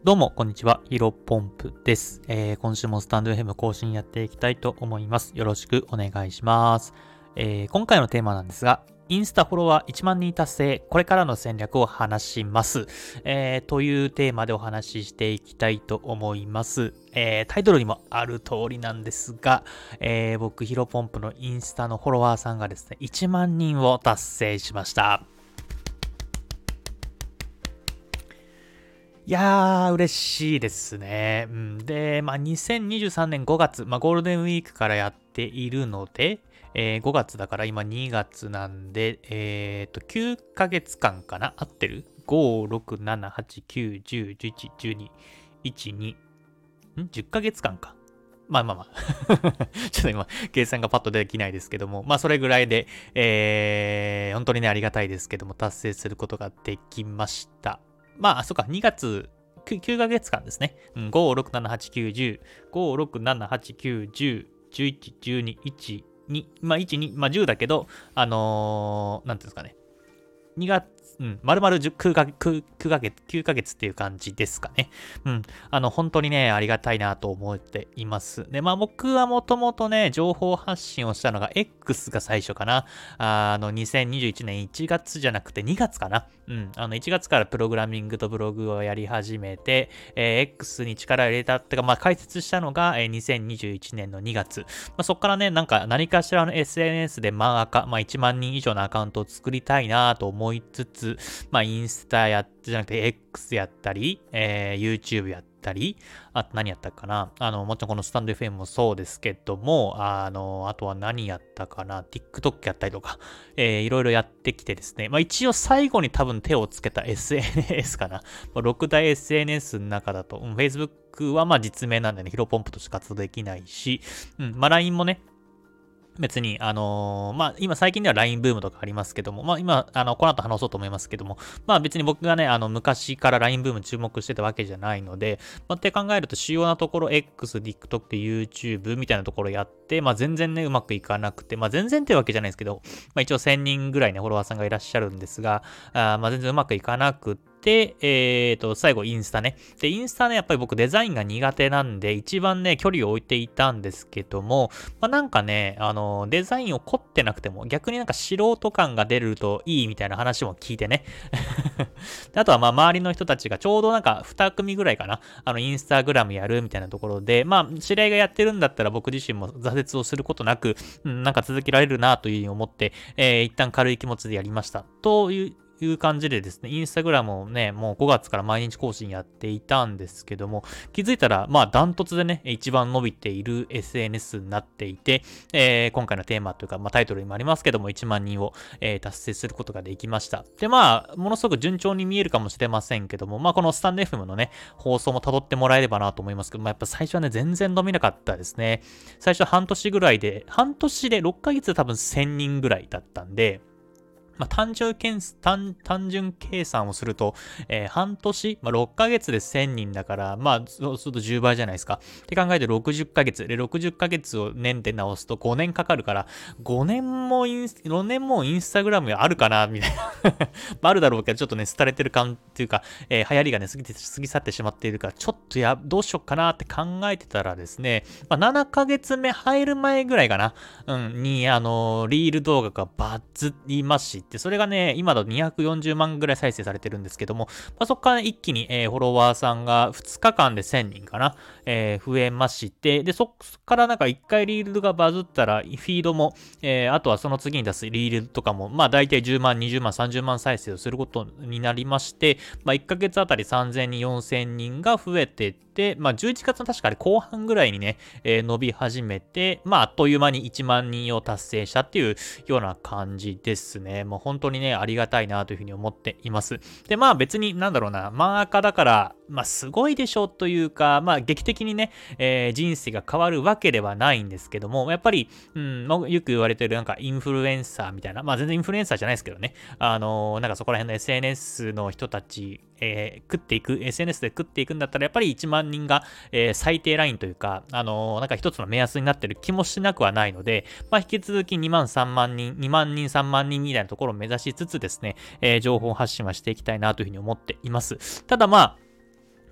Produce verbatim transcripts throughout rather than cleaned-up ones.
どうも、こんにちは。ヒロポンプです。えー、今週もスタンド エフエム 更新やっていきたいと思います。よろしくお願いします。えー、今回のテーマなんですが、インスタフォロワーいちまんにん達成、これからの戦略を話します。えー、というテーマでお話ししていきたいと思います。えー、タイトルにもある通りなんですが、えー、僕、ヒロポンプのインスタのフォロワーさんがですね、いちまんにんを達成しました。いやー、嬉しいですね。うん、で、まあ、にせんにじゅうさんねんごがつ、まあ、ゴールデンウィークからやっているので、えー、ごがつだから今にがつなんで、えっと、きゅうかげつかんかな合ってる ?ご、ろく、なな、はち、きゅう、じゅう、じゅういち、じゅうに、いち、に、ん ?じゅっ ヶ月間か。まあまあまあ。ちょっと今、計算がパッとできないですけども、まあそれぐらいで、えー、本当にね、ありがたいですけども、達成することができました。まあ、そっか、にがつ、きゅうかげつかんですね。うん、ご、ろく、なな、はち、きゅう、じゅう、ご、ろく、なな、はち、きゅう、じゅう、じゅういち、じゅうに、いち、に、まあいち、に、まあじゅうだけど、あのー、なんていうんですかね。にがつ、うん、丸々きゅうかげつ、きゅうかげつ、きゅうかげつっていう感じですかね。うん。あの、本当にね、ありがたいなと思っています。で、まあ僕はもともとね、情報発信をしたのが X が最初かな。あの、にせんにじゅういちねんいちがつじゃなくてにがつかな。うん。あの、いちがつからプログラミングとブログをやり始めて、えー、X に力を入れたってか、まあ解説したのが、えー、にせんにじゅういちねんのにがつ。まあそっからね、なんか何かしらの エスエヌエス でマンアカ、まあいちまんにん以上のアカウントを作りたいなと思いつつ、まあ、インスタやってじゃなくて X やったり、えー、YouTube やったり、あと何やったかな。あの、もちろんこのスタンド エフエム もそうですけども、あの、あとは何やったかな。TikTok やったりとか、えー、いろいろやってきてですね。まあ一応最後に多分手をつけた エスエヌエス かな。ろく大 エスエヌエス の中だと、うん、Facebook はまあ実名なんでね、ヒロポンプとして活動できないし、うん、まあ ライン もね、別に、あのー、まあ、今最近では ライン ブームとかありますけども、まあ、今、あの、この後話そうと思いますけども、まあ別に僕がね、あの、昔から ライン ブーム注目してたわけじゃないので、まあ、って考えると主要なところ X、TikTok、YouTube みたいなところやって、まあ全然ね、うまくいかなくて、まあ全然ってわけじゃないですけど、まあ一応せんにんぐらいね、フォロワーさんがいらっしゃるんですが、あまあ全然うまくいかなくて、で、えっと、最後インスタね。で、インスタね、やっぱり僕デザインが苦手なんで、一番ね、距離を置いていたんですけども、まあ、なんかね、あの、デザインを凝ってなくても、逆になんか素人感が出るといいみたいな話も聞いてね。あとはまあ周りの人たちがちょうどなんかに組ぐらいかな、あのインスタグラムやるみたいなところで、まあ知り合いがやってるんだったら僕自身も挫折をすることなく、うん、なんか続けられるなというふうに思って、えー、一旦軽い気持ちでやりました。といういう感じでですね、インスタグラムをね、もうごがつから毎日更新やっていたんですけども、気づいたら、まあ、ダントツでね、一番伸びている エスエヌエス になっていて、えー、今回のテーマというか、まあ、タイトルにもありますけども、いちまんにんを、えー、達成することができました。で、まあ、ものすごく順調に見えるかもしれませんけども、まあ、このスタンド エフエム のね、放送も辿ってもらえればなと思いますけど、まあ、やっぱ最初はね、全然伸びなかったですね。最初半年ぐらいで、半年でろっかげつで多分せんにんぐらいだったんで、まあ、単純計単、単純計算をすると、えー、半年、まあ、ろっかげつでせんにんだから、まあ、そうするとじゅうばいじゃないですか。って考えてろくじゅっかげつ。で、ろくじゅっかげつを年で直すとごねんかかるから、ごねんもインス、よねんもインスタグラムあるかなみたいな。まあ、あるだろうけど、ちょっとね、廃れてる感っていうか、えー、流行りがね、過ぎて、過ぎ去ってしまっているから、ちょっとや、どうしよっかなって考えてたらですね、まあ、ななかげつめ入る前ぐらいかな、うん、に、あのー、リール動画がバズりましで、それがね、今だとにひゃくよんじゅうまんぐらい再生されてるんですけども、まあ、そこから、ね、一気に、えー、フォロワーさんがふつかかんでせんにんかな、えー、増えまして、で、そこからなんかいっかいリールがバズったら、フィードも、えー、あとはその次に出すリールとかも、まあ大体じゅうまん、にじゅうまん、さんじゅうまん再生をすることになりまして、まあいっかげつあたりさんぜんにん、よんせんにんが増えてって、まあじゅういちがつの確かに後半ぐらいにね、えー、伸び始めて、まああっという間にいちまんにんを達成したっていうような感じですね。もう本当にね、ありがたいなというふうに思っています。で、まあ別になんだろうな、漫画家だから、まあすごいでしょというか、まあ劇的にね、えー、人生が変わるわけではないんですけども、やっぱり、うん、よく言われてるなんかインフルエンサーみたいな、まあ全然インフルエンサーじゃないですけどね、あのー、なんかそこら辺の エスエヌエス の人たち、えー、食っていく、エスエヌエス で食っていくんだったら、やっぱりいちまんにんが、えー、最低ラインというか、あのー、なんか一つの目安になってる気もしなくはないので、まあ引き続きにまんさんまんにん、にまんにん、さんまんにんみたいなところを目指しつつですね、えー、情報発信はしていきたいなというふうに思っています。ただまあ、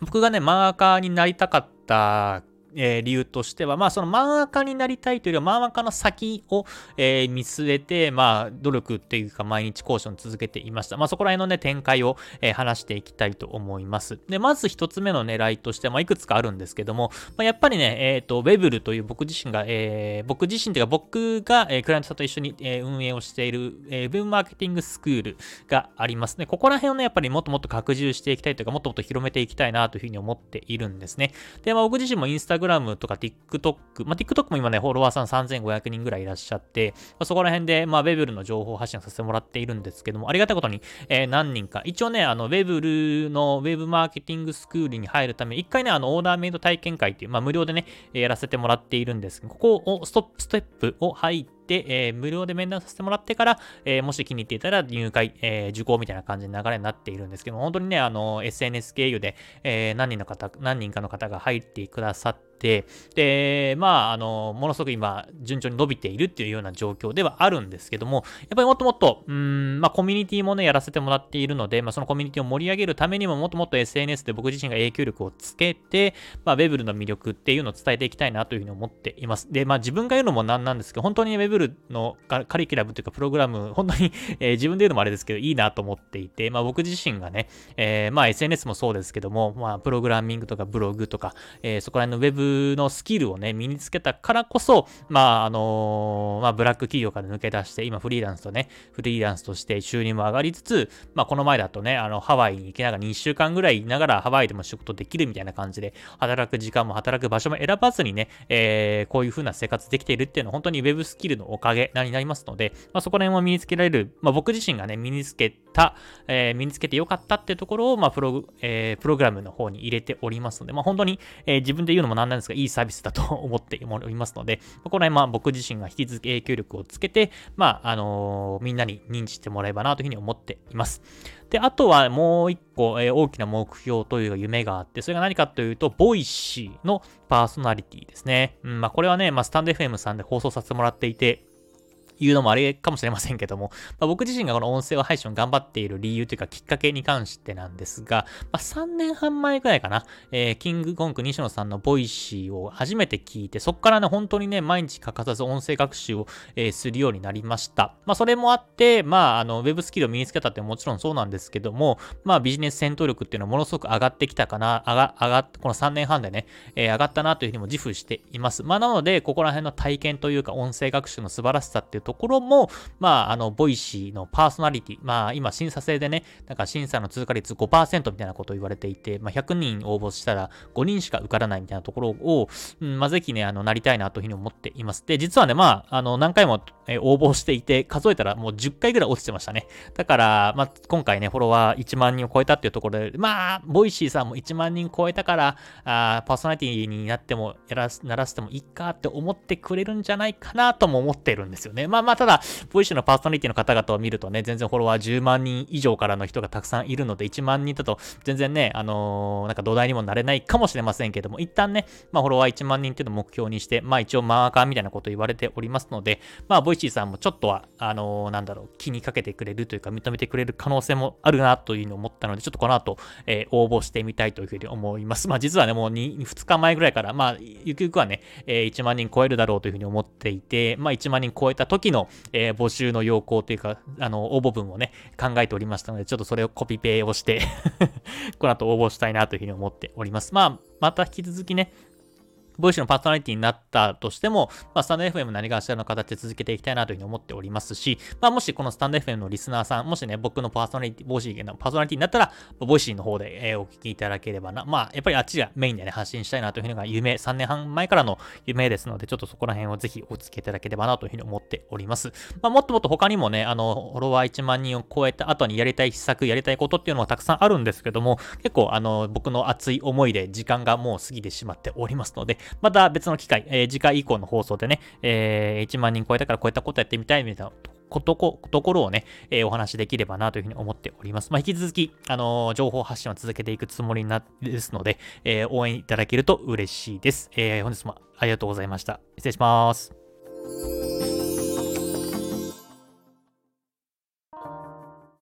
僕がね、漫画家になりたかったえー、理由としては、まあ、その漫画家になりたいというよりは、漫画家の先を、えー、見据えて、まあ、努力っていうか、毎日交渉を続けていました。まあ、そこら辺のね、展開を、えー、話していきたいと思います。で、まず一つ目の狙いとして、まあ、いくつかあるんですけども、まあ、やっぱりね、えっと、ウェブルという僕自身が、えー、僕自身というか、僕が、えー、クライアントさんと一緒に、えー、運営をしている、えー、ウェブマーケティングスクールがありますね。ここら辺をね、やっぱりもっともっと拡充していきたいというか、もっともっと広めていきたいなというふうに思っているんですね。で、まあ、僕自身もインスタグラムとか TikTok、まあ、TikTok も今ね、フォロワーさんさんぜんごひゃくにんぐらいいらっしゃって、まあ、そこら辺で、まあ、ウェブルの情報発信をさせてもらっているんですけども、ありがたいことに、えー、何人か、一応ね、あの、ウェブルのウェブマーケティングスクールに入るため、一回ね、あの、オーダーメイド体験会っていう、まあ、無料でね、やらせてもらっているんですけど、ここを、ストップ、ステップを入って、えー、無料で面談させてもらってから、えー、もし気に入っていたら入会、えー、受講みたいな感じの流れになっているんですけども、本当にね、あの、エスエヌエス 経由で、えー、何人の方、何人かの方が入ってくださって、で、まあ、あの、ものすごく今、順調に伸びているっていうような状況ではあるんですけども、やっぱりもっともっと、うーん、まあ、コミュニティもね、やらせてもらっているので、まあ、そのコミュニティを盛り上げるためにも、もっともっと エスエヌエス で僕自身が影響力をつけて、まあ、ウェブルの魅力っていうのを伝えていきたいなというふうに思っています。で、まあ、自分が言うのもなんなんですけど、本当に、ね、ウェブルのカリキュラムというか、プログラム、本当に、えー、自分で言うのもあれですけど、いいなと思っていて、まあ、僕自身がね、えー、まあ、エスエヌエス もそうですけども、まあ、プログラミングとかブログとか、えー、そこら辺のウェブのスキルをね、身につけたからこそ、まあ、あのー、まあ、ブラック企業から抜け出して、今フリーランスとね、フリーランスとして収入も上がりつつ、まあ、この前だとね、あの、ハワイに行きながらにしゅうかんぐらいいながら、ハワイでも仕事できるみたいな感じで、働く時間も働く場所も選ばずにね、えー、こういう風な生活できているっていうのは、本当にウェブスキルのおかげになりますので、まあ、そこら辺を身につけられる、まあ、僕自身がね、身につけた、えー、身につけてよかったっていうところを、まあ、プロ、えー、プログラムの方に入れておりますので、まあ、本当に、えー、自分で言うのもなんなんですが、いいサービスだと思っておりますので、この辺、まあ、僕自身が引き続き影響力をつけて、まあ、あのー、みんなに認知してもらえばなというふうに思っています。で、あとはもう一個、えー、大きな目標というか夢があって、それが何かというと、ボイシーのパーソナリティですね。うん、まあ、これはね、まあ、スタンド エフエム さんで放送させてもらっていて、いうのもあれかもしれませんけども、まあ、僕自身がこの音声配信を頑張っている理由というかきっかけに関してなんですが、まあ、さんねんはん前くらいかな、えー、キングコンク西野さんのボイシーを初めて聞いて、そこからね、本当にね、毎日欠かさず音声学習を、えー、するようになりました。まあ、それもあって、まあ、あの、ウェブスキルを身につけたってもちろんそうなんですけども、まあ、ビジネス戦闘力っていうのはものすごく上がってきたかな、上が、上がって、このさんねんはんでね、えー、上がったなというふうにも自負しています。まあ、なので、ここら辺の体験というか、音声学習の素晴らしさっていうところも、まあ、あの、ボイシーのパーソナリティ、まあ、今、審査制でね、なんか審査の通過率 ごパーセント みたいなことを言われていて、まあ、ひゃくにん応募したらごにんしか受からないみたいなところを、うん、まあ、ぜひね、あの、なりたいなというふうに思っています。で、実はね、まあ、あの、何回も、えー、応募していて、数えたらもうじゅっかいぐらい落ちてましたね。だから、まあ、今回ね、フォロワーいちまんにんを超えたっていうところで、まあ、ボイシーさんもいちまんにん超えたから、あパーソナリティになっても、やらす、ならせてもいいかって思ってくれるんじゃないかなとも思ってるんですよね。まあまあ、ただ、ボイシーのパーソナリティの方々を見るとね、全然フォロワーじゅうまんにん以上からの人がたくさんいるので、いちまんにんだと全然ね、あのー、なんか土台にもなれないかもしれませんけども、一旦ね、まあフォロワーいちまんにんっていうのを目標にして、まあ一応マーカーみたいなことを言われておりますので、まあボイシーさんもちょっとは、あのー、なんだろう、気にかけてくれるというか認めてくれる可能性もあるなというふうに思ったので、ちょっとこの後、えー、応募してみたいというふうに思います。まあ実はね、もう 2, ふつかまえぐらいから、まあゆくゆくはね、えー、いちまんにん超えるだろうというふうに思っていて、まあいちまんにん超えた時の、えー、募集の要項というか、あの、応募文をね、考えておりましたので、ちょっとそれをコピペをしてこの後応募したいなというふうに思っております。まあ、また引き続きね、ボイシーのパーソナリティになったとしても、まあ、スタンド エフエム 何かしらの形で続けていきたいなというふうに思っておりますし、まあ、もしこのスタンド エフエム のリスナーさん、もしね、僕のパーソナリティ、ボイシーのパーソナリティになったら、ボイシーの方で、えー、お聞きいただければな。まあ、やっぱりあっちがメインでね、発信したいなというふうにが夢、さんねんはん前からの夢ですので、ちょっとそこら辺をぜひお付けいただければなというふうに思っております。まあ、もっともっと他にもね、あの、フォロワーいちまんにんを超えた後にやりたい施策、やりたいことっていうのはたくさんあるんですけども、結構、あの、僕の熱い思いで時間がもう過ぎてしまっておりますので、また別の機会、えー、次回以降の放送でね、えー、いちまんにん超えたからこういったことやってみたいみたいなことこところをね、えー、お話しできればなというふうに思っております。まあ、引き続き、あのー、情報発信を続けていくつもりなですので、えー、応援いただけると嬉しいです。えー、本日もありがとうございました。失礼します。